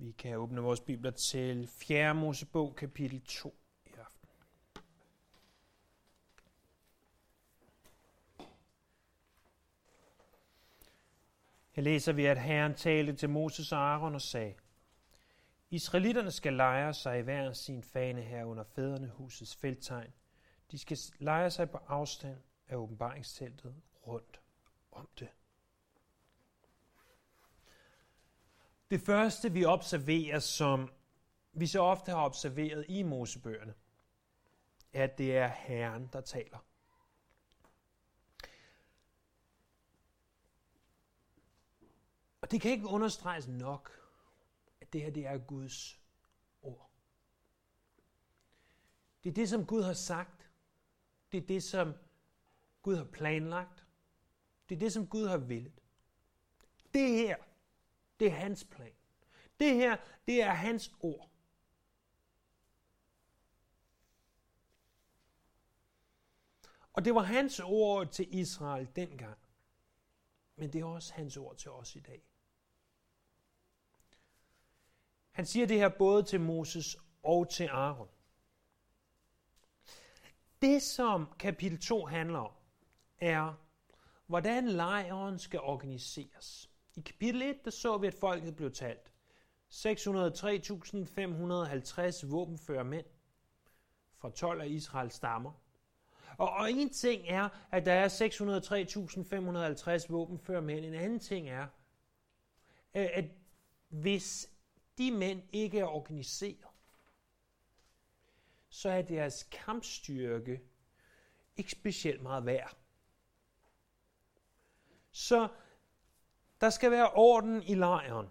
Vi kan åbne vores bibler til 4. Mosebog, kapitel 2 i aften. Her læser vi, at Herren talte til Moses og Aaron og sagde: Israelitterne skal lejre sig i hver sin fane her under fædrenehusets felttegn. De skal lejre sig på afstand af åbenbaringsteltet rundt om det. Det første, vi observerer, som vi så ofte har observeret i Mosebøgerne, er, at det er Herren, der taler. Og det kan ikke understreges nok, at det her det er Guds ord. Det er det, som Gud har sagt. Det er det, som Gud har planlagt. Det er det, som Gud har villet. Det her, det er hans plan. Det her, det er hans ord. Og det var hans ord til Israel dengang. Men det er også hans ord til os i dag. Han siger det her både til Moses og til Aaron. Det, som kapitel 2 handler om, er, hvordan lejren skal organiseres. I kapitel 1, der så vi, at folket blev talt. 603.550 våbenføre mænd fra 12 af Israels stammer. Og en ting er, at der er 603.550 våbenføre mænd. En anden ting er, at hvis de mænd ikke er organiseret, så er deres kampstyrke ikke specielt meget værd. Så der skal være orden i lejren.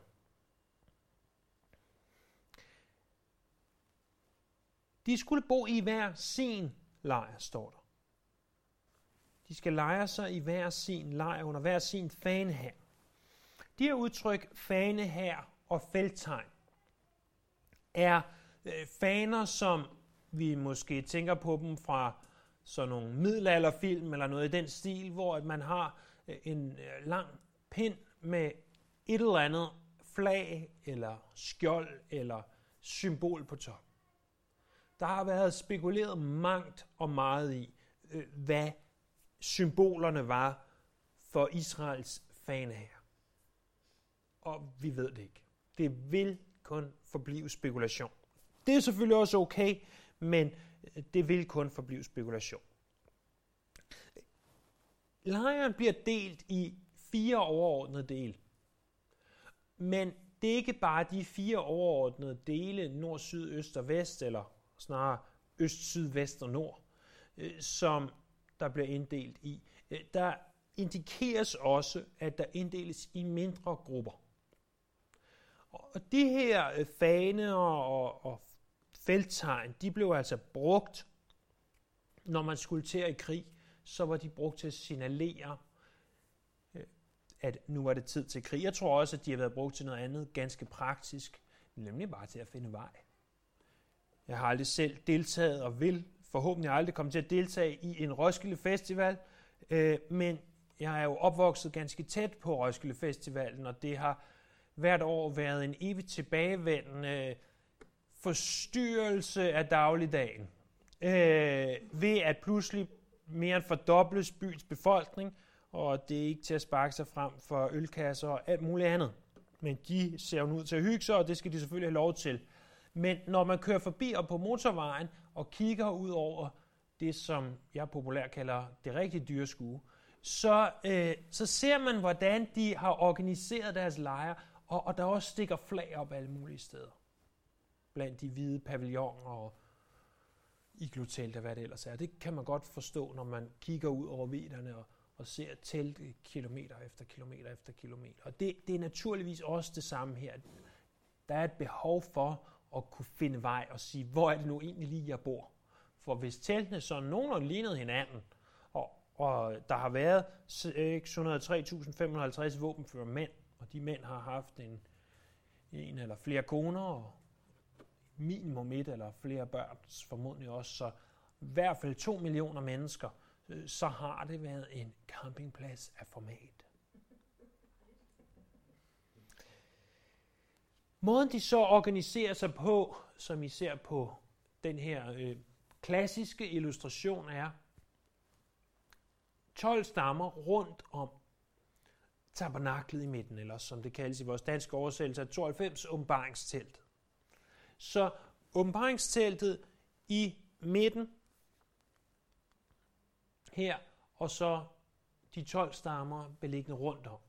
De skulle bo i hver sin lejr, står der. De skal lejre sig i hver sin lejr under hver sin fane her. De her udtryk, fane her og felttegn, er faner, som vi måske tænker på dem fra sådan nogle middelalderfilm eller noget i den stil, hvor man har en lang pind med et eller andet flag eller skjold eller symbol på top. Der har været spekuleret mangt og meget i, hvad symbolerne var for Israels fane her. Og vi ved det ikke. Det vil kun forblive spekulation. Det er selvfølgelig også okay, men det vil kun forblive spekulation. Lejren bliver delt i 4 overordnede dele. Men det er ikke bare de 4 overordnede dele, nord, syd, øst og vest, eller snarere øst, syd, vest og nord, som der bliver inddelt i. Der indikeres også, at der inddeles i mindre grupper. Og de her faner og felttegn, de blev altså brugt, når man skulle til i krig, så var de brugt til at signalere, at nu var det tid til krig. Jeg tror også, at de har været brugt til noget andet ganske praktisk, nemlig bare til at finde vej. Jeg har aldrig selv deltaget og vil forhåbentlig aldrig komme til at deltage i en Roskilde Festival, men jeg er jo opvokset ganske tæt på Roskilde Festivalen, og det har hvert år været en evigt tilbagevendende forstyrrelse af dagligdagen. Ved at pludselig mere end fordobles byens befolkning, og det er ikke til at sparke sig frem for ølkasser og alt muligt andet. Men de ser jo ud til at hygge sig, og det skal de selvfølgelig have lov til. Men når man kører forbi og på motorvejen og kigger ud over det, som jeg populært kalder det rigtige dyreskue, så ser man, hvordan de har organiseret deres lejre, og der også stikker flag op alle mulige steder. Blandt de hvide pavilloner og iglotelter, hvad det ellers er. Det kan man godt forstå, når man kigger ud over vidderne og ser telte kilometer efter kilometer efter kilometer. Og det er naturligvis også det samme her. Der er et behov for at kunne finde vej og sige, hvor er det nu egentlig lige, jeg bor? For hvis teltene så nogenlunde lignede hinanden, og der har været 603.550 våbenføre mænd, og de mænd har haft en eller flere koner, og minimum et eller flere børn, formodentlig også, så i hvert fald 2 millioner mennesker, så har det været en campingplads af format. Måden de så organiserer sig på, som I ser på den her klassiske illustration, er 12 stammer rundt om tabernaklet i midten, eller som det kaldes i vores danske oversættelse, 92 åbenbaringstelt. Så åbenbaringsteltet i midten her, og så de 12 stammer beliggende rundt om.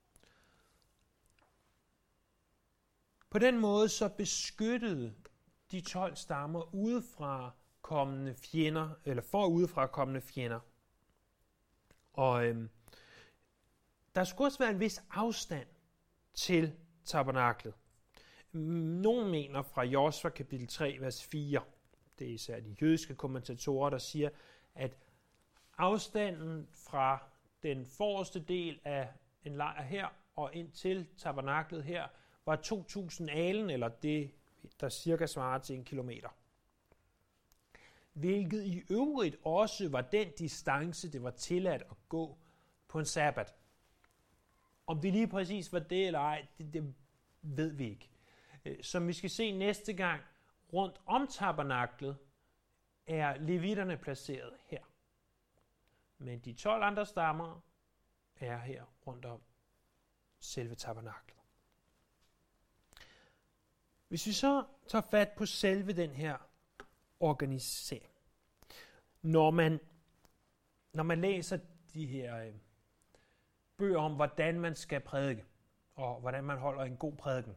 På den måde så beskyttede de 12 stammer udefra kommende fjender, eller for udefra kommende fjender. Og der skulle også være en vis afstand til tabernaklet. Nogle mener fra Josva kapitel 3, vers 4, det er især de jødiske kommentatorer, der siger, at afstanden fra den forreste del af en lejr her og ind til tabernaklet her var 2.000 alen, eller det, der cirka svarer til 1 kilometer. Hvilket i øvrigt også var den distance, det var tilladt at gå på en sabbat. Om det lige præcis var det eller ej, det ved vi ikke. Som vi skal se næste gang, rundt om tabernaklet er levitterne placeret her. Men de 12 andre stammer er her rundt om selve tabernaklet. Hvis vi så tager fat på selve den her organisering. Når man læser de her bøger om, hvordan man skal prædike, og hvordan man holder en god prædiken.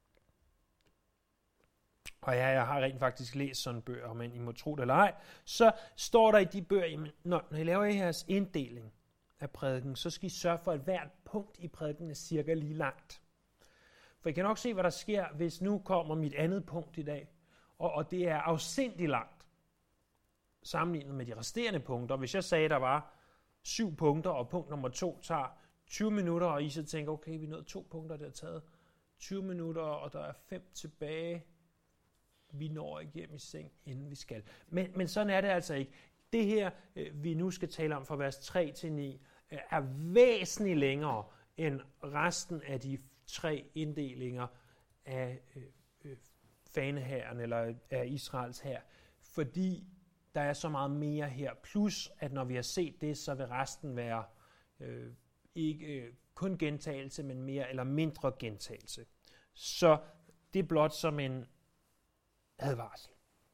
Og ja, jeg har rent faktisk læst sådan bøger, men I må tro det eller ej, så står der i de bøger, jamen, når I laver jeres inddeling af prædiken, så skal I sørge for, at hvert punkt i prædiken er cirka lige langt. For I kan nok se, hvad der sker, hvis nu kommer mit andet punkt i dag, og det er afsindigt langt, sammenlignet med de resterende punkter. Hvis jeg sagde, der var 7 punkter, og punkt nummer 2 tager 20 minutter, og I så tænker, okay, vi nåede 2 punkter, der er taget 20 minutter, og der er 5 tilbage. Vi når ikke hjem i seng, inden vi skal. Men sådan er det altså ikke. Det her, vi nu skal tale om fra vers 3 til 9, er væsentligt længere end resten af de 3 inddelinger af fanehæren, eller af Israels hær, fordi der er så meget mere her. Plus, at når vi har set det, så vil resten være ikke kun gentagelse, men mere eller mindre gentagelse. Så det er blot som en advarsel.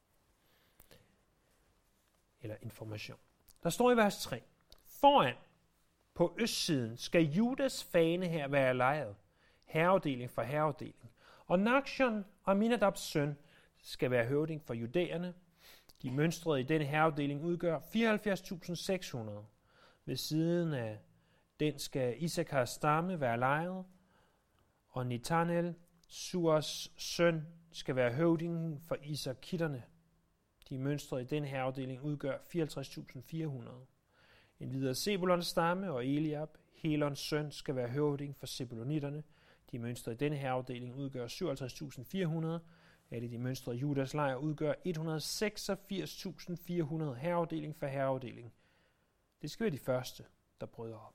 Eller information. Der står i vers 3. Foran på østsiden skal Judas fane her være lejret. Herreafdeling for herreafdeling. Og Nachshon, Aminadabs søn, skal være høvding for judæerne. De mønstrede i denne herreafdeling udgør 74.600. Ved siden af den skal Issachars stamme være lejret, og Netanel, Suas søn, skal være høvdingen for Isakitterne. De mønstrede i den her afdeling udgør 54.400. En videre Zebulons stamme og Eliab, Helons søn, skal være høvding for Zebulonitterne. De mønstrede i den her afdeling udgør 57.400. Alle de mønstrede Judas lejr udgør 186.400 herreafdeling for herreafdeling. Det skal være de første, der bryder op.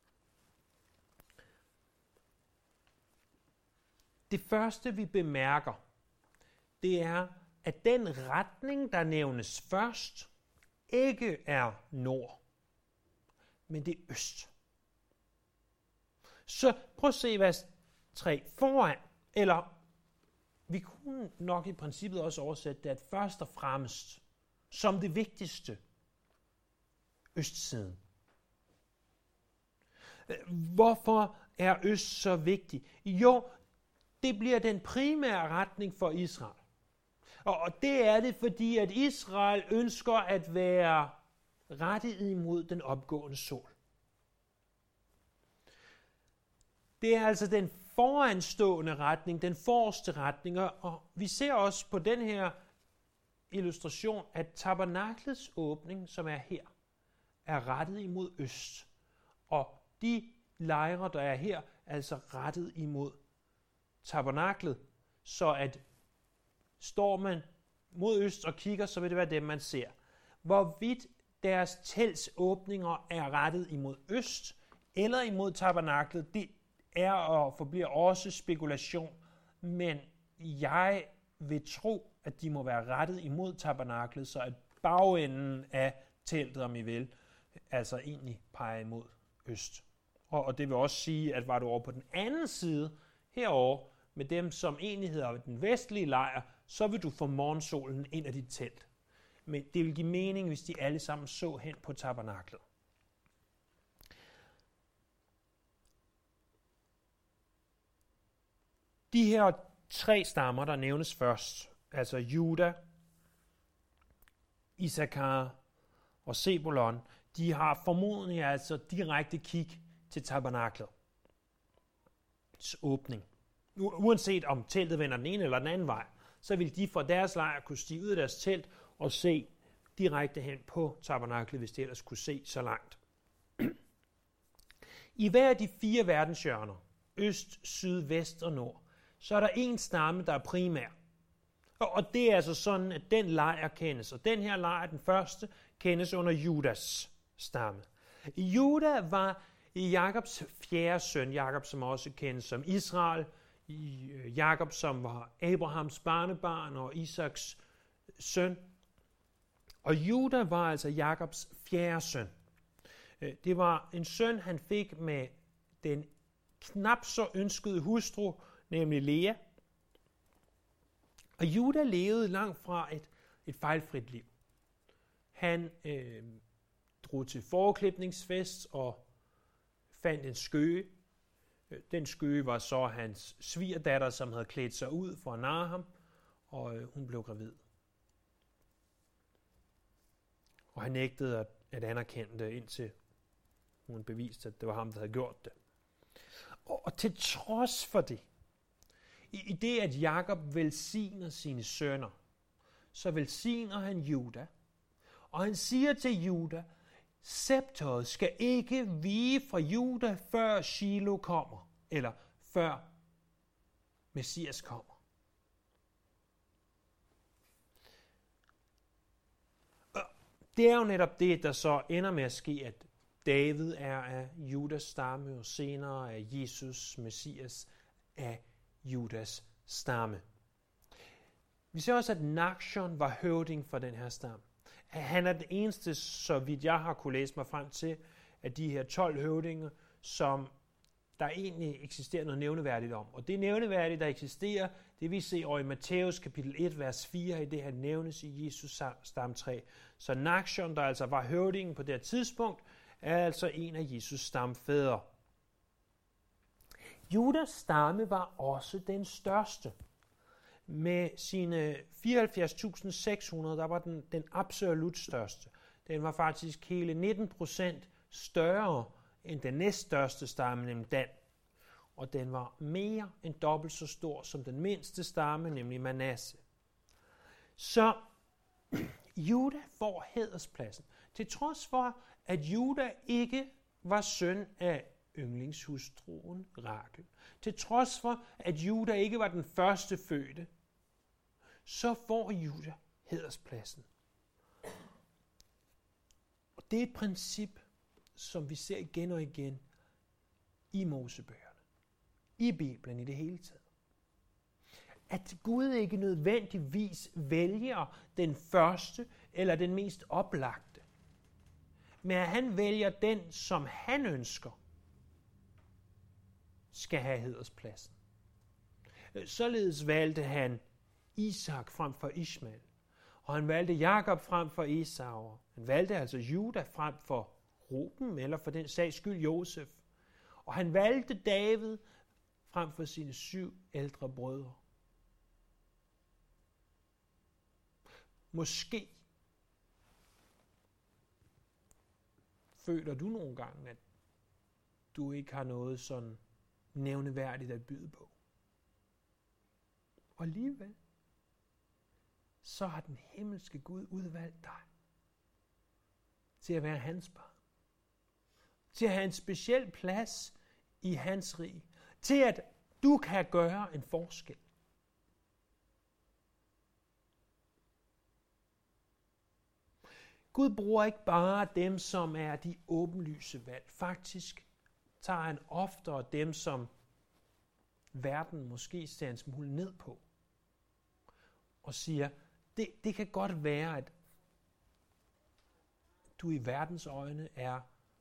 Det første, vi bemærker, det er, at den retning, der nævnes først, ikke er nord, men det er øst. Så prøv at se vers 3 foran, eller vi kunne nok i princippet også oversætte det, at først og fremmest, som det vigtigste, østsiden. Hvorfor er øst så vigtig? Jo, det bliver den primære retning for Israel. Og det er det, fordi at Israel ønsker at være rettet imod den opgående sol. Det er altså den foranstående retning, den forreste retning, og vi ser også på den her illustration, at tabernaklets åbning, som er her, er rettet imod øst. Og de lejre, der er her, er altså rettet imod tabernaklet, så at står man mod øst og kigger, så vil det være dem, man ser. Hvorvidt deres telts åbninger er rettet imod øst eller imod tabernaklet, det er og forbliver også spekulation men jeg vil tro, at de må være rettet imod tabernaklet, så at bagenden af teltet, om I vil, altså egentlig peger imod øst. Og det vil også sige, at var du over på den anden side, herover med dem, som egentlig hedder den vestlige lejr, så vil du få morgensolen ind af dit telt. Men det vil give mening, hvis de alle sammen så hen på tabernaklet. De her 3 stammer, der nævnes først, altså Juda, Issachar og Zebulon, de har formodentlig altså direkte kig til tabernaklets åbning. Uanset om teltet vender den ene eller den anden vej, så vil de fra deres lejr kunne stige ud af deres telt og se direkte hen på tabernaklet, hvis de ellers kunne se så langt. I hver af de 4 verdenshjørner, øst, syd, vest og nord, så er der en stamme, der er primær. Og det er altså sådan, at den lejr kendes. Og den her lejr, den første, kendes under Judas stamme. Juda var Jakobs 4. søn, Jakob som også kendes som Israel, Jakob som var Abrahams barnebarn og Isaks søn. Og Juda var altså Jakobs 4. søn. Det var en søn, han fik med den knap så ønskede hustru, nemlig Lea. Og Juda levede langt fra et fejlfrit liv. Han drog til foreklipningsfest og fandt en skøge. Den skøge var så hans svigerdatter, som havde klædt sig ud for at narre ham, og hun blev gravid. Og han nægtede at anerkende det, indtil hun beviste, at det var ham, der havde gjort det. Og til trods for det, i det, at Jakob velsigner sine sønner, så velsigner han Juda. Og han siger til Juda, scepteret skal ikke vige fra Juda, før Shiloh kommer, eller før Messias kommer. Det er jo netop det, der så ender med at ske, at David er af Judas stamme, og senere er Jesus, Messias, af Judas stamme. Vi ser også, at Nachshon var høvding for den her stamme. Han er den eneste, så vidt jeg har kunne læse mig frem til, af de her 12 høvdinger, som der egentlig eksisterer noget nævneværdigt om. Og det nævneværdige, der eksisterer, det vi ser over i Matthæus kapitel 1, vers 4, i det her nævnes i Jesus stamtræ. Så Nachshon, der altså var høvdingen på det her tidspunkt, er altså en af Jesus stamfædre. Judas stamme var også den største. Med sine 74.600, der var den absolut største. Den var faktisk hele 19% større end den næststørste stamme, nemlig Dan. Og den var mere end dobbelt så stor som den mindste stamme, nemlig Manasse. Så Juda får hæderspladsen, til trods for, at Juda ikke var søn af yndlingshustruen Rakel. Til trods for, at Juda ikke var den første fødte, så får Juda hæderspladsen. Og det er et princip, som vi ser igen og igen i Mosebøgerne, i Bibelen i det hele taget. At Gud ikke nødvendigvis vælger den første eller den mest oplagte, men at han vælger den, som han ønsker, skal have hæderspladsen. Således valgte han Isak frem for Ishmael, og han valgte Jakob frem for Esau. Han valgte altså Juda frem for Ruben, eller for den sags skyld Josef. Og han valgte David frem for sine 7 ældre brødre. Måske føler du nogle gange, at du ikke har noget sådan nævneværdigt at byde på. Og alligevel, så har den himmelske Gud udvalgt dig til at være hans barn. Til at have en speciel plads i hans rige. Til at du kan gøre en forskel. Gud bruger ikke bare dem, som er de åbenlyse valg. Faktisk tager han oftere dem, som verden måske ser en smule ned på. Og siger, det kan godt være, at du i verdens øjne er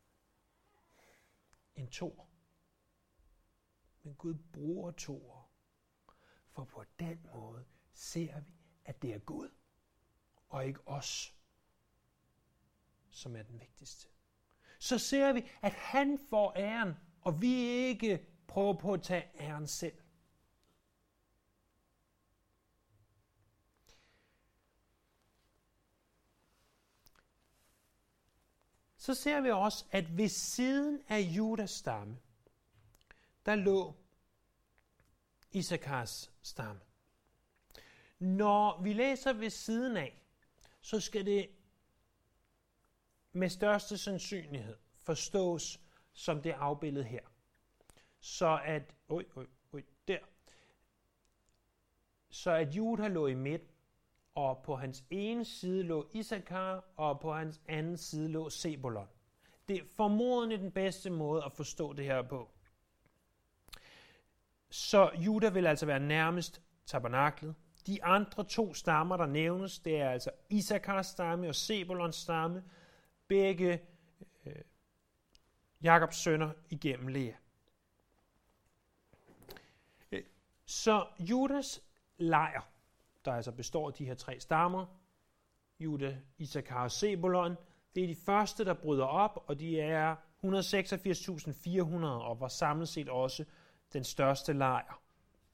en toer. Men Gud bruger toer. For på den måde ser vi, at det er Gud, og ikke os, som er den vigtigste. Så ser vi, at han får æren, og vi ikke prøver på at tage æren selv. Så ser vi også, at ved siden af Judas stamme, der lå Isakars stamme. Når vi læser ved siden af, så skal det med største sandsynlighed forstås som det afbillede her. Så at, Så at Juda lå i midten, og på hans ene side lå Isakar, og på hans anden side lå Sebulon. Det er formodentlig den bedste måde at forstå det her på. Så Juda vil altså være nærmest tabernaklet. De andre to stammer, der nævnes, det er altså Isakars stamme og Sebulons stamme, begge Jakobs sønner igennem Lea. Så Judas lejr, der altså består af de her tre stammer, Juda, Isakar og Sebulon, det er de første, der bryder op, og de er 186.400 og var samlet set også den største lejr.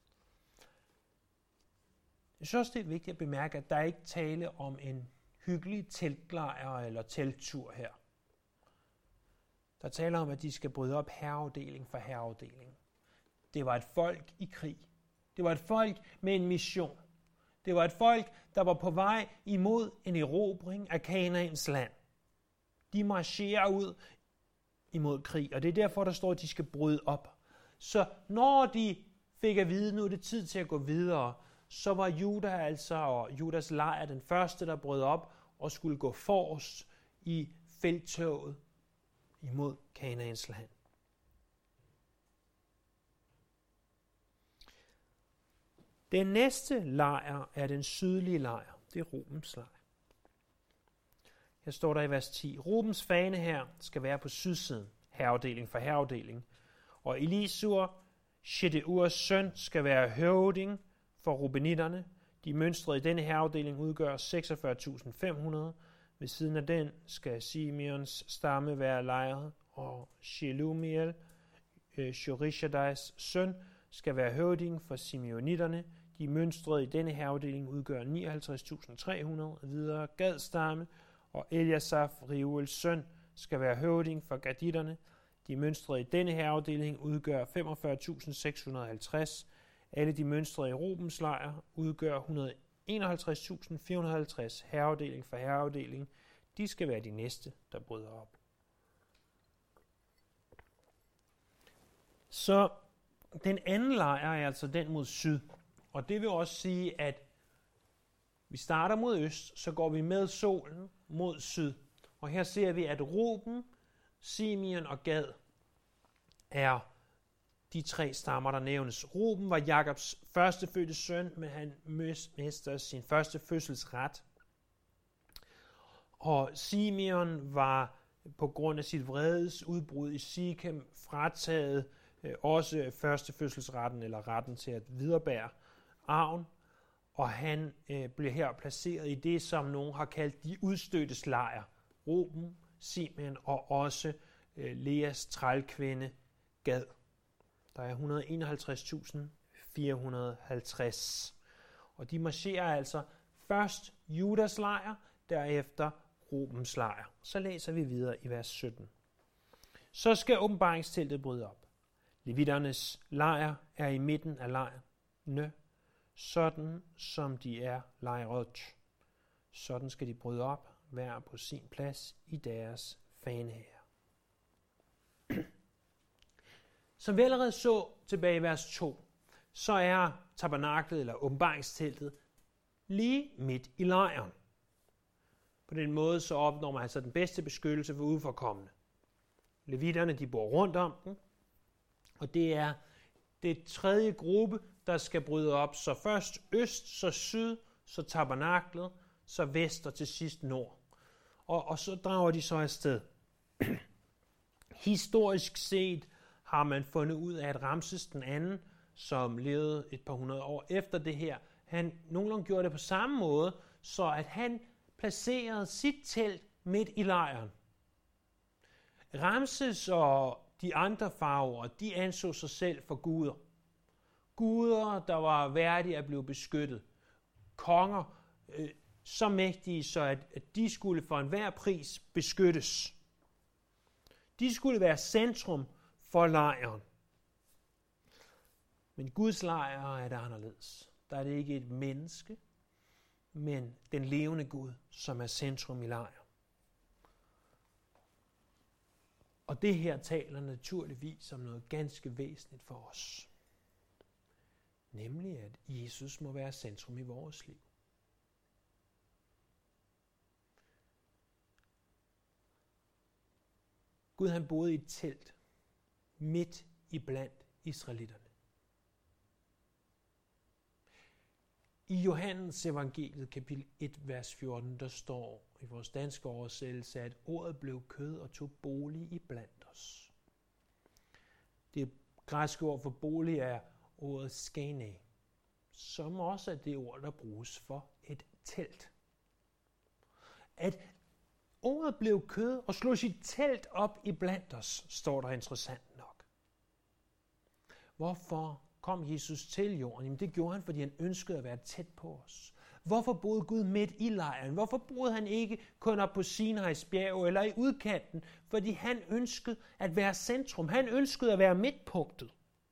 Jeg synes også, det er vigtigt at bemærke, at der ikke tale om en hyggelig teltlejr eller telttur her. Der taler om, at de skal bryde op herreafdeling for herreafdeling. Det var et folk i krig. Det var et folk med en mission. Det var et folk, der var på vej imod en erobring af Kanaans land. De marcherer ud imod krig, og det er derfor, der står, at de skal bryde op. Så når de fik at vide, nu er det tid til at gå videre, så var Juda altså og Judas lejr den første, der brød op og skulle gå forrest i felttoget imod Kanaans land. Den næste lejr er den sydlige lejr. Det er Rubens lejr. Her står der i vers 10. Rubens fane her skal være på sydsiden, herreafdeling for herreafdeling. Og Elisur, Shedeurs søn, skal være høvding for rubenitterne. De mønstrede i denne herreafdeling udgør 46.500. Ved siden af den skal Simeons stamme være lejret, og Shelumiel, Shorishadais søn, skal være høvding for simeonitterne. De mønstrede i denne herreafdeling udgør 59.300. Videre Gads stamme, og Eliasaf, Reuels søn, skal være høvding for gaditterne. De mønstrede i denne herreafdeling udgør 45.650. Alle de mønstrede i Rubens lejr udgør 151.450. Herreafdeling for herreafdeling. De skal være de næste, der bryder op. Så den anden lejr er altså den mod syd. Og det vil også sige, at vi starter mod øst, så går vi med solen mod syd. Og her ser vi, at Ruben, Simeon og Gad er de tre stammer, der nævnes. Ruben var Jakobs førstefødte søn, men han mister sin første fødselsret. Og Simeon var på grund af sit vredes udbrud i Sikem frataget også første fødselsretten eller retten til at viderebære arven. Og han bliver her placeret i det, som nogen har kaldt de udstødtes lejr. Ruben, Simeon og også Leas trælkvinde Gad. Der er 151.450. Og de marcherer altså først Judas lejr, derefter Rubens lejr. Så læser vi videre i vers 17. Så skal åbenbaringsteltet bryde op. Levitternes lejr er i midten af lejrene, sådan som de er lejret. Sådan skal de bryde op, hver på sin plads i deres faneher. Som vi allerede så tilbage i vers 2, så er tabernaklet eller åbenbaringsteltet lige midt i lejren. På den måde så opnår man altså den bedste beskyttelse for udenforkommende. Levitterne, de bor rundt om den, og det er det tredje gruppe, der skal bryde op. Så først øst, så syd, så tabernaklet, så vest og til sidst nord. Og så drager de så afsted. Historisk set har man fundet ud af, at Ramses den anden, som levede et par hundrede år efter det her, han nogenlunde gjorde det på samme måde, så at han placerede sit telt midt i lejren. Ramses og de andre faraoer, de anså sig selv for guder. Guder, der var værdige at blive beskyttet. Konger, så mægtige, så at de skulle for enhver pris beskyttes. De skulle være centrum for lejren. Men Guds lejr er det anderledes. Der er det ikke et menneske, men den levende Gud, som er centrum i lejren. Og det her taler naturligvis om noget ganske væsentligt for os. Nemlig, at Jesus må være centrum i vores liv. Gud han boede i et telt midt i blandt israelitterne. I Johannes evangeliet kapitel 1, vers 14, der står i vores danske oversættelse, at ordet blev kød og tog bolig i blandt os. Det græske ord for bolig er ordet skene, som også er det ord, der bruges for et telt. At ordet blev kød og slog sit telt op i blandt os, står der interessant nok. Hvorfor kom Jesus til jorden? Jamen det gjorde han, fordi han ønskede at være tæt på os. Hvorfor boede Gud midt i lejren? Hvorfor boede han ikke kun op på Sinais bjerg eller i udkanten? Fordi han ønskede at være centrum. Han ønskede at være midtpunktet.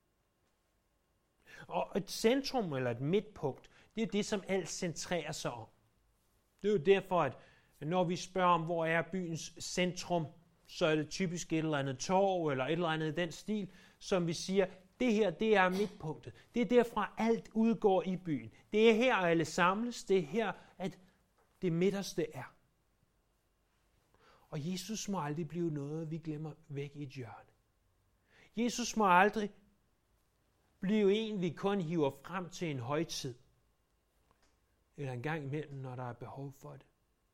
Og et centrum eller et midtpunkt, det er det, som alt centrerer sig om. Det er jo derfor, at når vi spørger om, hvor er byens centrum, så er det typisk et eller andet torv eller et eller andet i den stil, som vi siger, det her, det er midtpunktet. Det er derfra alt udgår i byen. Det er her, alle samles. Det er her, at det midterste er. Og Jesus må aldrig blive noget, vi glemmer væk i et hjørne. Jesus må aldrig blive en, vi kun hiver frem til en højtid. Eller en gang imellem, når der er behov for det.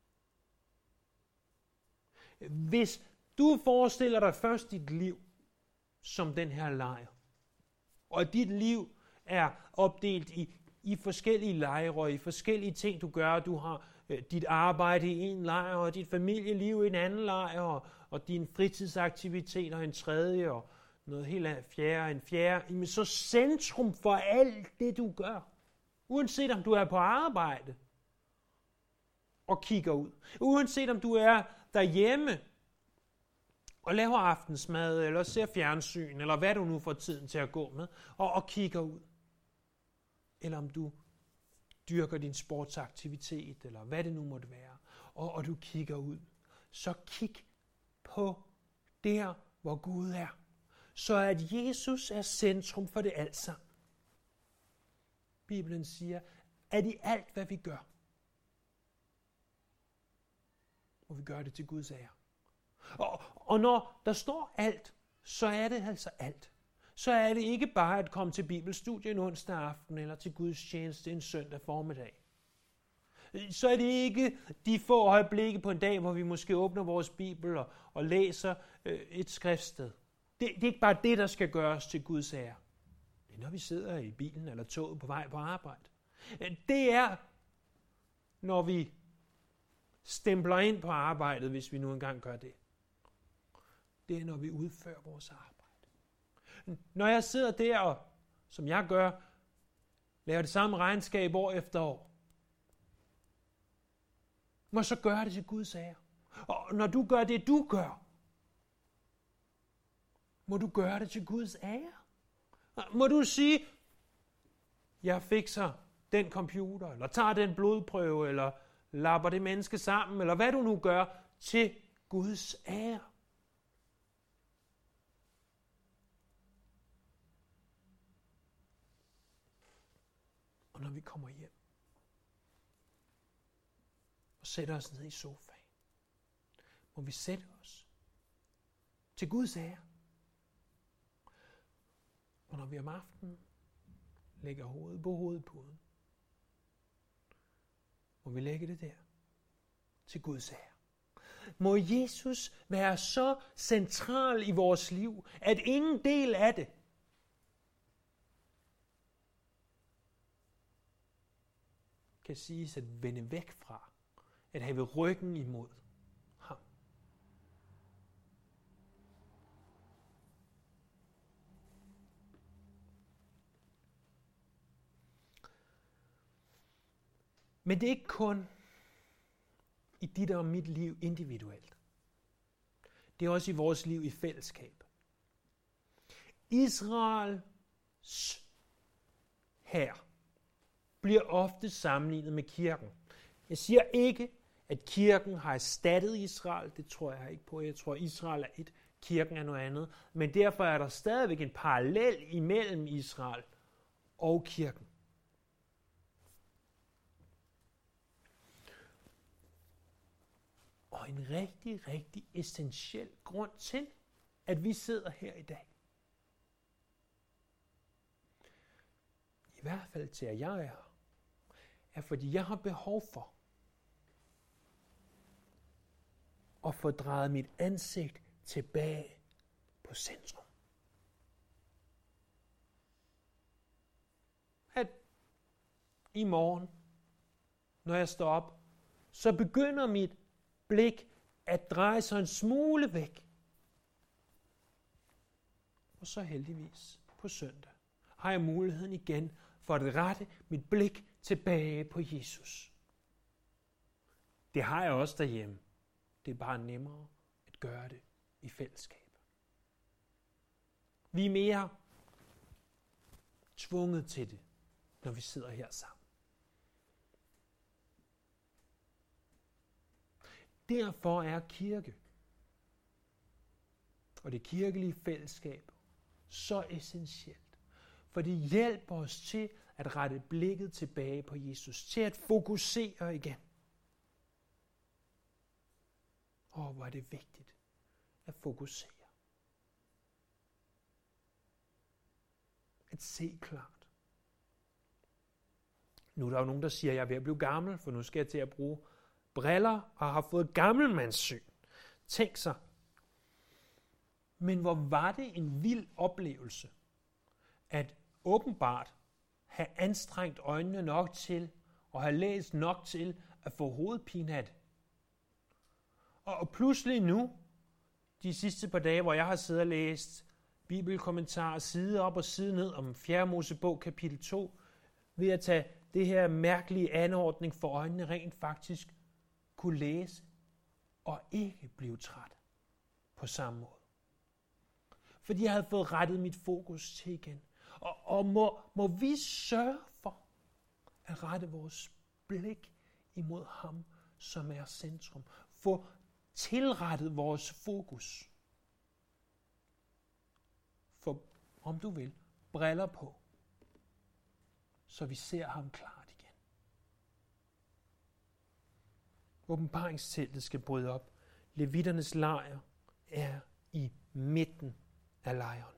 Hvis du forestiller dig først dit liv som den her lejr, og dit liv er opdelt i forskellige lejre, og i forskellige ting, du gør. Du har dit arbejde i en lejr, og dit familieliv i en anden lejr, og dine fritidsaktiviteter i en tredje, og noget helt fjerde, en fjerde. Men så centrum for alt det, du gør. Uanset om du er på arbejde og kigger ud. Uanset om du er derhjemme og laver aftensmad, eller ser fjernsyn, eller hvad du nu får tiden til at gå med, og kigger ud. Eller om du dyrker din sportsaktivitet, eller hvad det nu måtte være, og du kigger ud. Så kig på der, hvor Gud er. Så at Jesus er centrum for det alt sammen. Bibelen siger, at i alt, hvad vi gør, må vi gøre det til Guds ære. Og når der står alt, så er det altså alt. Så er det ikke bare at komme til bibelstudie en onsdag aften eller til Guds tjeneste en søndag formiddag. Så er det ikke de få øjeblikke på en dag, hvor vi måske åbner vores bibel og læser et skriftsted. Det er ikke bare det, der skal gøres til Guds ære. Det er, når vi sidder i bilen eller toget på vej på arbejde. Det er, når vi stempler ind på arbejdet, hvis vi nu engang gør det. Det er, når vi udfører vores arbejde. Når jeg sidder der, og, som jeg gør, laver det samme regnskab år efter år, må så gøre det til Guds ære. Og når du gør det, du gør, må du gøre det til Guds ære. Må du sige, jeg fikser den computer, eller tager den blodprøve, eller lapper det menneske sammen, eller hvad du nu gør, til Guds ære. Og når vi kommer hjem og sætter os ned i sofaen, må vi sætte os til Guds ære. Og når vi om aftenen lægger hovedet på hovedpuden, må vi lægge det der til Guds ære. Må Jesus være så central i vores liv, at ingen del af det kan siges at vende væk fra, at have ryggen imod ham. Men det er ikke kun i dit og mit liv individuelt. Det er også i vores liv i fællesskab. Israels hær bliver ofte sammenlignet med kirken. Jeg siger ikke, at kirken har erstattet Israel. Det tror jeg ikke på. Jeg tror, Israel er et, kirken er noget andet. Men derfor er der stadigvæk en parallel imellem Israel og kirken. Og en rigtig, rigtig essentiel grund til, at vi sidder her i dag. I hvert fald til, at jeg er her, er fordi jeg har behov for at få drejet mit ansigt tilbage på centrum. At i morgen, når jeg står op, så begynder mit blik at dreje sig en smule væk. Og så heldigvis på søndag har jeg muligheden igen for at rette mit blik tilbage på Jesus. Det har jeg også derhjemme. Det er bare nemmere at gøre det i fællesskab. Vi er mere tvunget til det, når vi sidder her sammen. Derfor er kirke og det kirkelige fællesskab så essentielt. For det hjælper os til at rette blikket tilbage på Jesus, til at fokusere igen. Hvor er det vigtigt at fokusere. At se klart. Nu er der jo nogen, der siger, at jeg er ved at blive gammel, for nu skal jeg til at bruge briller og har fået gammelmandssyn. Tænk sig. Men hvor var det en vild oplevelse, at åbenbart have anstrengt øjnene nok til, og have læst nok til, at få hovedpine af det. Og pludselig nu, de sidste par dage, hvor jeg har siddet og læst bibelkommentarer side op og side ned om 4. Mosebog kapitel 2, ved at tage det her mærkelige anordning for øjnene rent faktisk kunne læse og ikke blive træt på samme måde. Fordi jeg havde fået rettet mit fokus til igen. Og må vi sørge for at rette vores blik imod ham, som er centrum. Få tilrettet vores fokus. For, om du vil, briller på, så vi ser ham klart igen. Åbenbaringsteltet skal bryde op. Levitternes lejr er i midten af lejrene.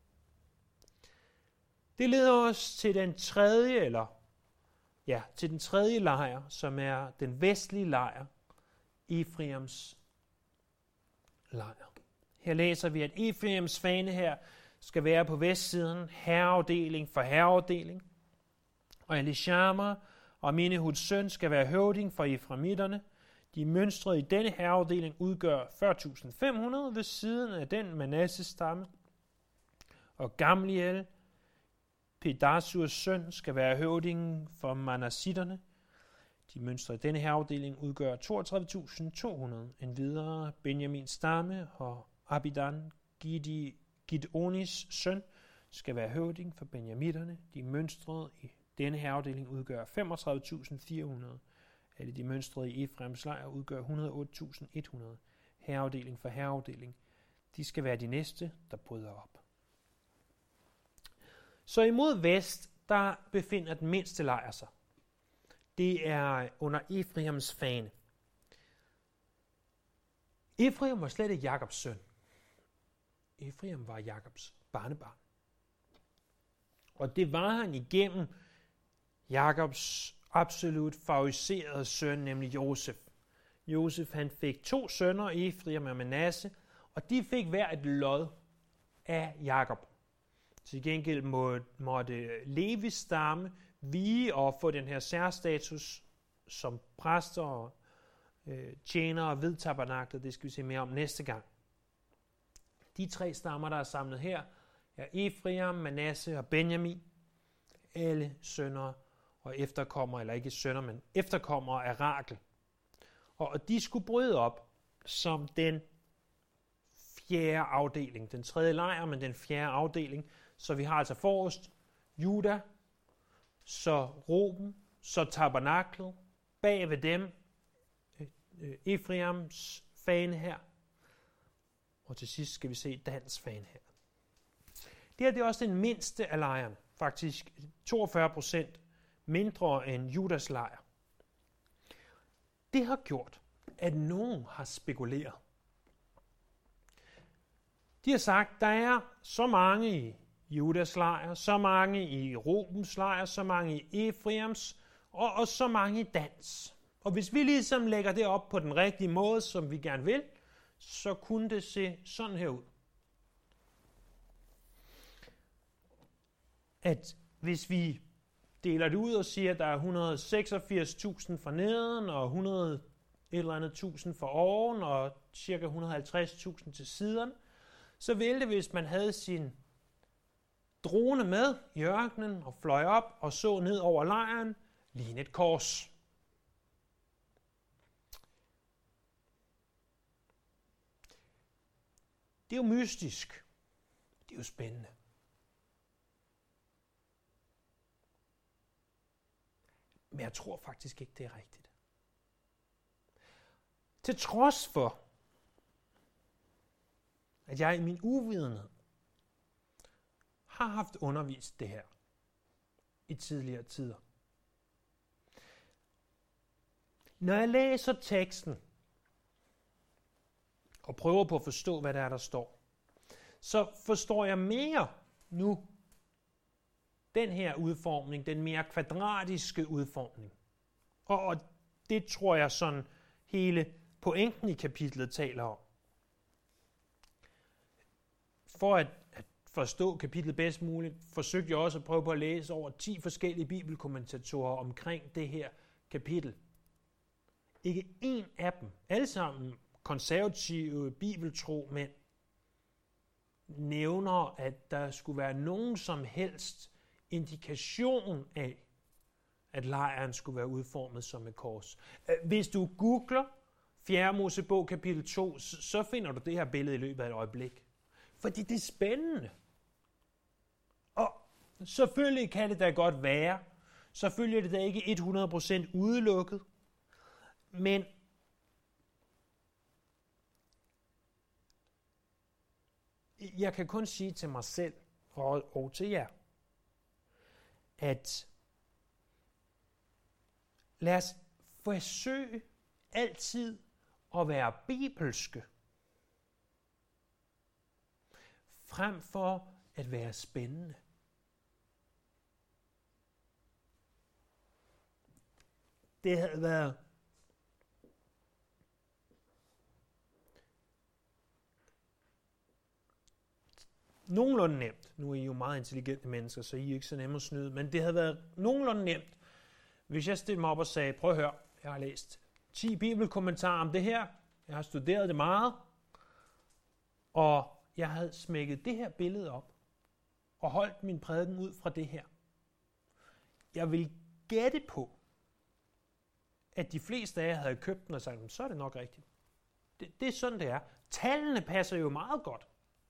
Det leder os til den tredje, til den tredje lejr, som er den vestlige lejr, Efraims lejr. Her læser vi, at Efraims fane her skal være på vestsiden, herreafdeling for herreafdeling. Og Elishama og Minihuds søn skal være høvding for Efraimiterne. De mønstrede i denne herreafdeling udgør 40.500 ved siden af den Manasses stamme. Og Gamliel, Pedasurs søn, skal være høvdingen for Manassitterne. De mønstre i denne herreafdeling udgør 32.200. Endvidere Benjamins stamme og Abidan, Gideonis søn, skal være høvding for Benjamitterne. De mønstrede i denne herreafdeling udgør 35.400. Alle de mønstrede i Efraims lejr udgør 108.100. Herreafdeling for herreafdeling. De skal være de næste, der bryder op. Så imod vest, der befinder den mindste lejr sig. Det er under Efraims fane. Efraim var slet ikke Jakobs søn. Efraim var Jakobs barnebarn. Og det var han igennem Jakobs absolut favoriserede søn, nemlig Josef. Josef han fik 2 sønner, Efraim og Manasse, og de fik hver et lod af Jakob. Til gengæld måtte Levis stamme vige og få den her særstatus som præster og tjenere ved tabernaklet. Det skal vi se mere om næste gang. De 3 stammer, der er samlet her, er Efraim, Manasse og Benjamin. Alle sønner og efterkommere, eller ikke sønner, men efterkommere af Rachel. Og de skulle bryde op som den 4. afdeling. Den 3. lejr, men den 4. afdeling. Så vi har altså forrest Juda, så Ruben, så tabernaklet, bag ved dem Efraims fane her, og til sidst skal vi se Dans fane her. Det her det er også den mindste af lejren, faktisk 42% mindre end Judas lejr. Det har gjort, at nogen har spekuleret. De har sagt, der er så mange i Judas lejr, så mange i Rubens lejr, så mange i Efraims, og så mange i Dans. Og hvis vi ligesom lægger det op på den rigtige måde, som vi gerne vil, så kunne det se sådan her ud. At hvis vi deler det ud og siger, at der er 186.000 for neden, og 100 et eller andet tusind for oven, og cirka 150.000 til siden, så ville det, hvis man havde sin drone med i ørkenen og fløj op og så ned over lejren, ligne et kors. Det er jo mystisk. Det er jo spændende. Men jeg tror faktisk ikke, det er rigtigt. Til trods for, at jeg i min uvidenhed har haft undervist det her i tidligere tider. Når jeg læser teksten og prøver på at forstå, hvad der står, så forstår jeg mere nu den her udformning, den mere kvadratiske udformning. Og det tror jeg sådan hele pointen i kapitlet taler om. For at forstå kapitlet bedst muligt, forsøgte jeg også at prøve på at læse over 10 forskellige bibelkommentatorer omkring det her kapitel. Ikke en af dem, alle sammen konservative, bibeltro mænd, nævner, at der skulle være nogen som helst indikation af, at lejren skulle være udformet som et kors. Hvis du googler 4. Mosebog kapitel 2, så finder du det her billede i løbet af et øjeblik. Fordi det er spændende. Og selvfølgelig kan det da godt være. Selvfølgelig er det da ikke 100% udelukket. Men jeg kan kun sige til mig selv og til jer, at lad os forsøge altid at være bibelske, frem for at være spændende. Det havde været nogenlunde nemt. Nu er I jo meget intelligente mennesker, så I er ikke så nemme at snyde, men det havde været nogenlunde nemt, hvis jeg stillede mig op og sagde, prøv at høre, jeg har læst 10 bibelkommentarer om det her, jeg har studeret det meget, og jeg havde smækket det her billede op, og holdt min prædiken ud fra det her. Jeg vil gætte på, at de fleste af jer havde købt den og sagt, så er det nok rigtigt. Det er sådan, det er. Tallene passer jo meget godt.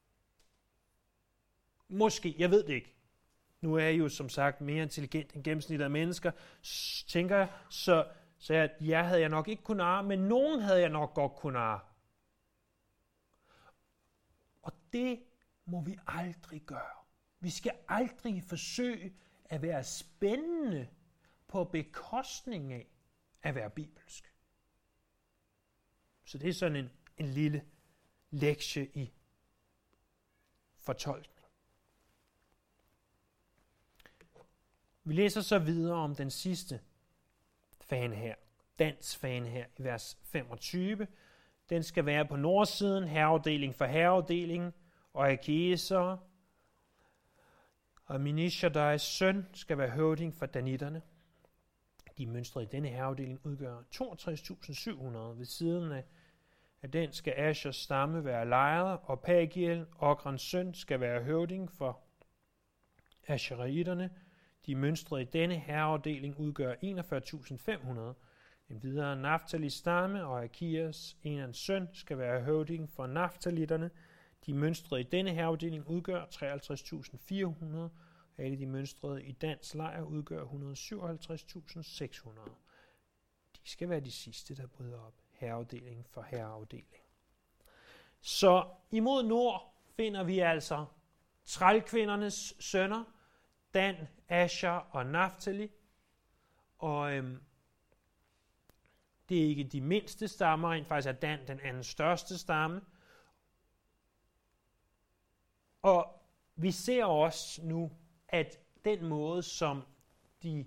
Måske, jeg ved det ikke. Nu er jeg jo som sagt mere intelligent end gennemsnittet af mennesker, tænker jeg, så jeg havde jeg nok ikke kunnet arre, men nogen havde jeg nok godt kunnet arre. Og det må vi aldrig gøre. Vi skal aldrig forsøge at være spændende på bekostning af at være bibelsk. Så det er sådan en lille lektie i fortolkning. Vi læser så videre om den sidste fane her, Dans fane her i vers 25. Den skal være på nordsiden, herreafdeling for herreafdelingen, og Akieser og Minishadais søn skal være høvding for danitterne. De mønstre i denne herreafdeling udgør 62.700. Ved siden af den skal Ashers stamme være lejret, og Pagiel, Ograns søn, skal være høvding for Asheritterne. De mønstre i denne herreafdeling udgør 41.500. En videre Naphtali stamme og Akias, Enans søn, skal være høvding for Naphtalitterne. De mønstre i denne herreafdeling udgør 53.400. Alle de mønstrede i Dans lejr udgør 157.600. De skal være de sidste, der bryder op. Herreafdeling for herreafdeling. Så imod nord finder vi altså trælkvindernes sønner, Dan, Asher og Naphtali. Og det er ikke de mindste stammer, rent faktisk er Dan den anden største stamme. Og vi ser også nu, at den måde, som de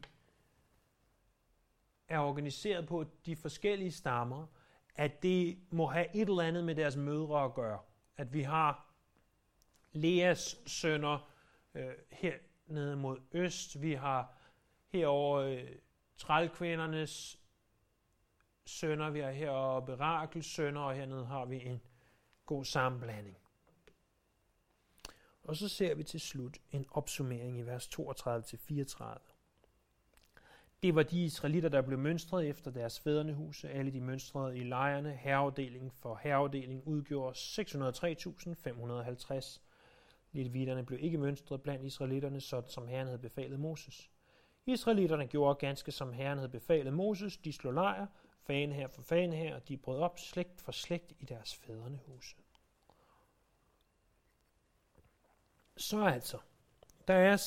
er organiseret på, de forskellige stammer, at det må have et eller andet med deres mødre at gøre. At vi har Leas sønner her nede mod øst, vi har herover trælkvindernes sønner, vi har heroppe Rakels sønner, og hernede har vi en god sammenblanding. Og så ser vi til slut en opsummering i vers 32-34. Det var de israelitter, der blev mønstret efter deres fædrene. Alle de mønstrede i lejrene. Herreafdeling for herreafdeling udgjorde 603.550. Levitterne blev ikke mønstret blandt israelitterne, sådan som Herren havde befalet Moses. Israelitterne gjorde ganske som Herren havde befalet Moses. De slog lejr, fane her for fane her, og de brød op slægt for slægt i deres fædrene huse. Så altså, der er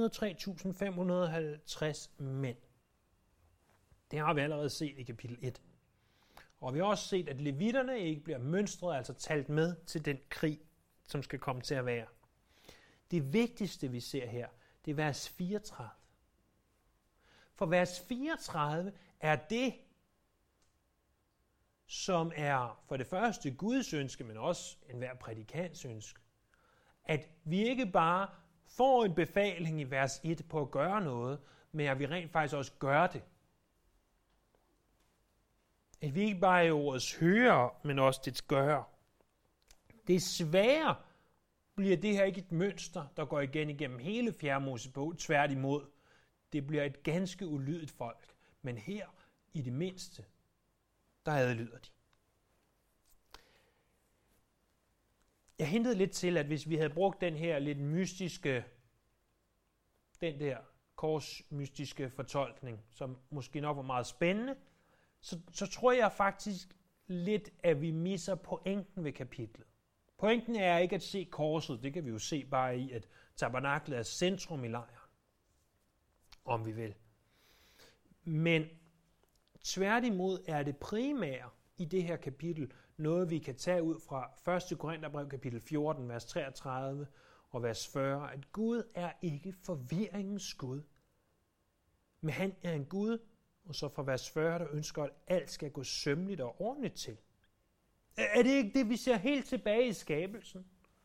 603.550 mænd. Det har vi allerede set i kapitel 1. Og vi har også set, at levitterne ikke bliver mønstret, altså talt med til den krig, som skal komme til at være. Det vigtigste, vi ser her, det er vers 34. For vers 34 er det, som er for det første Guds ønske, men også enhver prædikants ønske. At vi ikke bare får en befaling i vers 1 på at gøre noget, men at vi rent faktisk også gør det. At vi ikke bare er ordets hører, men også dets gør. Desværre bliver det her ikke et mønster, der går igen igennem hele 4. Mosebog. Tværtimod, det bliver et ganske ulydigt folk. Men her, i det mindste, der adlyder de. Jeg hentede lidt til, at hvis vi havde brugt den her lidt mystiske, den der korsmystiske fortolkning, som måske nok var meget spændende, så tror jeg faktisk lidt, at vi misser pointen ved kapitlet. Pointen er ikke at se korset, det kan vi jo se bare i, at tabernaklet er centrum i lejren, om vi vil. Men tværtimod er det primære i det her kapitel noget, vi kan tage ud fra 1. Korintherbrev kapitel 14, vers 33 og vers 40, at Gud er ikke forvirringens Gud, men han er en Gud, og så fra vers 40, der ønsker, at alt skal gå sømmeligt og ordentligt til. Er det ikke det, vi ser helt tilbage i skabelsen?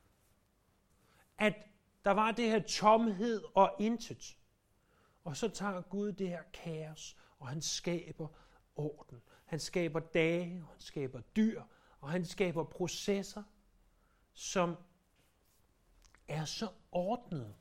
At der var det her tomhed og intet. Og så tager Gud det her kaos, og han skaber orden. Han skaber dage, og han skaber dyr, og han skaber processer, som er så ordnet.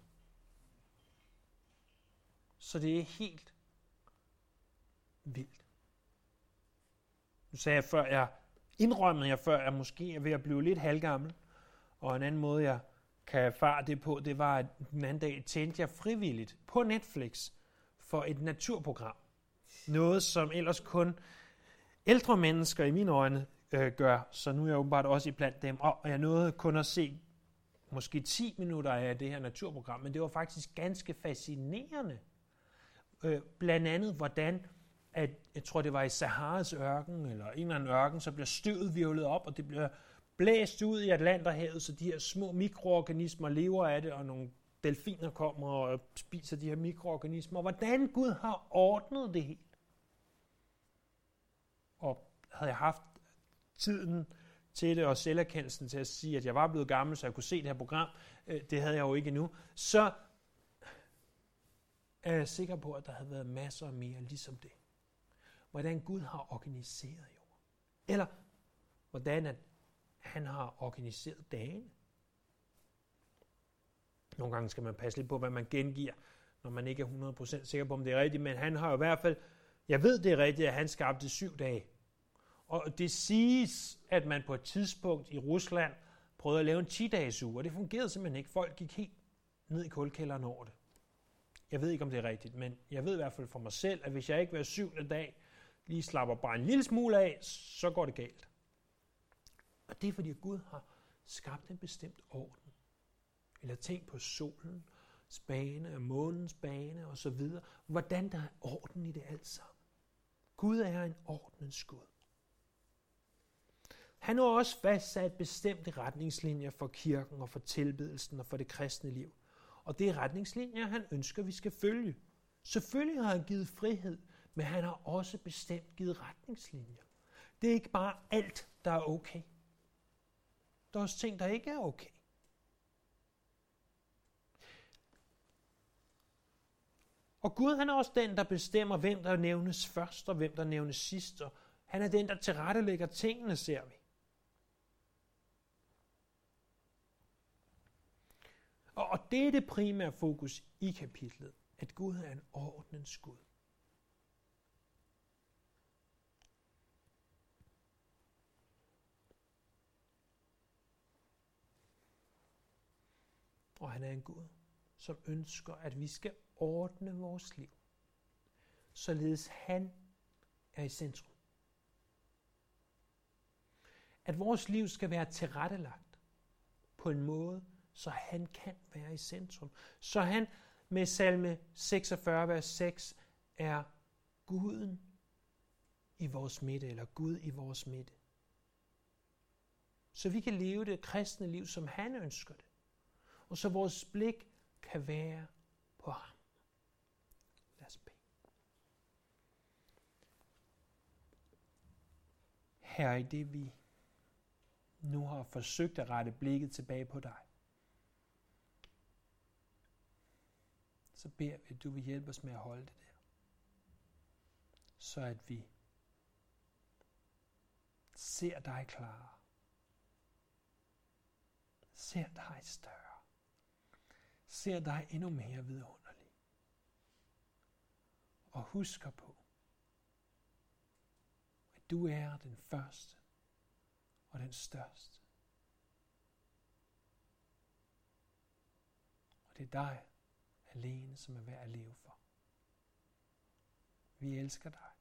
Så det er helt vildt. Nu sagde jeg før, jeg måske er ved at blive lidt halvgammel, og en anden måde, jeg kan erfare det på, det var, at den anden dag tjente jeg frivilligt på Netflix for et naturprogram. Noget, som ellers kun ældre mennesker i mine øjne gør, så nu er jeg åbenbart også iblandt dem, og jeg nåede kun at se måske 10 minutter af det her naturprogram, men det var faktisk ganske fascinerende. Blandt andet, hvordan at, jeg tror det var i Saharas ørken, eller en eller anden ørken, så bliver støvet hvirvlet op, og det bliver blæst ud i Atlanterhavet, så de her små mikroorganismer lever af det, og nogle delfiner kommer og spiser de her mikroorganismer. Hvordan Gud har ordnet det hele. Og havde jeg haft tiden til det og selverkendelsen til at sige, at jeg var blevet gammel, så jeg kunne se det her program, det havde jeg jo ikke endnu, så er jeg sikker på, at der havde været masser af mere ligesom det. Hvordan Gud har organiseret jorden. Eller hvordan at han har organiseret dagene. Nogle gange skal man passe lidt på, hvad man gengiver, når man ikke er 100% sikker på, om det er rigtigt, men han har jo i hvert fald, jeg ved det er rigtigt, at han skabte 7 dage. Og det siges, at man på et tidspunkt i Rusland prøvede at lave en 10-dages uge, og det fungerede simpelthen ikke. Folk gik helt ned i kulkælderen over det. Jeg ved ikke, om det er rigtigt, men jeg ved i hvert fald for mig selv, at hvis jeg ikke hver 7. dag lige slapper bare en lille smule af, så går det galt. Og det er fordi, at Gud har skabt en bestemt orden. Eller tænk på solens bane, og månens bane osv. Hvordan der er orden i det alt sammen. Gud er en ordnens Gud. Han har også fastsat bestemte retningslinjer for kirken og for tilbedelsen og for det kristne liv. Og det er retningslinjer, han ønsker, vi skal følge. Selvfølgelig har han givet frihed, men han har også bestemt givet retningslinjer. Det er ikke bare alt, der er okay. Der er også ting, der ikke er okay. Og Gud, han er også den, der bestemmer, hvem der nævnes først og hvem der nævnes sidst. Og han er den, der tilrettelægger tingene, ser vi. Og det er det primære fokus i kapitlet, at Gud er en ordnens Gud. Og han er en Gud, som ønsker, at vi skal ordne vores liv, således han er i centrum. At vores liv skal være tilrettelagt på en måde, så han kan være i centrum. Så han med salme 46, vers 6, er Guden i vores midte, eller Gud i vores midte. Så vi kan leve det kristne liv, som han ønsker det. Og så vores blik kan være på ham. Lad os bede. Herre, i det vi nu har forsøgt at rette blikket tilbage på dig, så beder vi, at du vil hjælpe os med at holde det der. Så at vi ser dig klarere. Ser dig større. Ser dig endnu mere vidunderlig. Og husker på, at du er den første og den største. Og det er dig alene, som er værd at leve for. Vi elsker dig.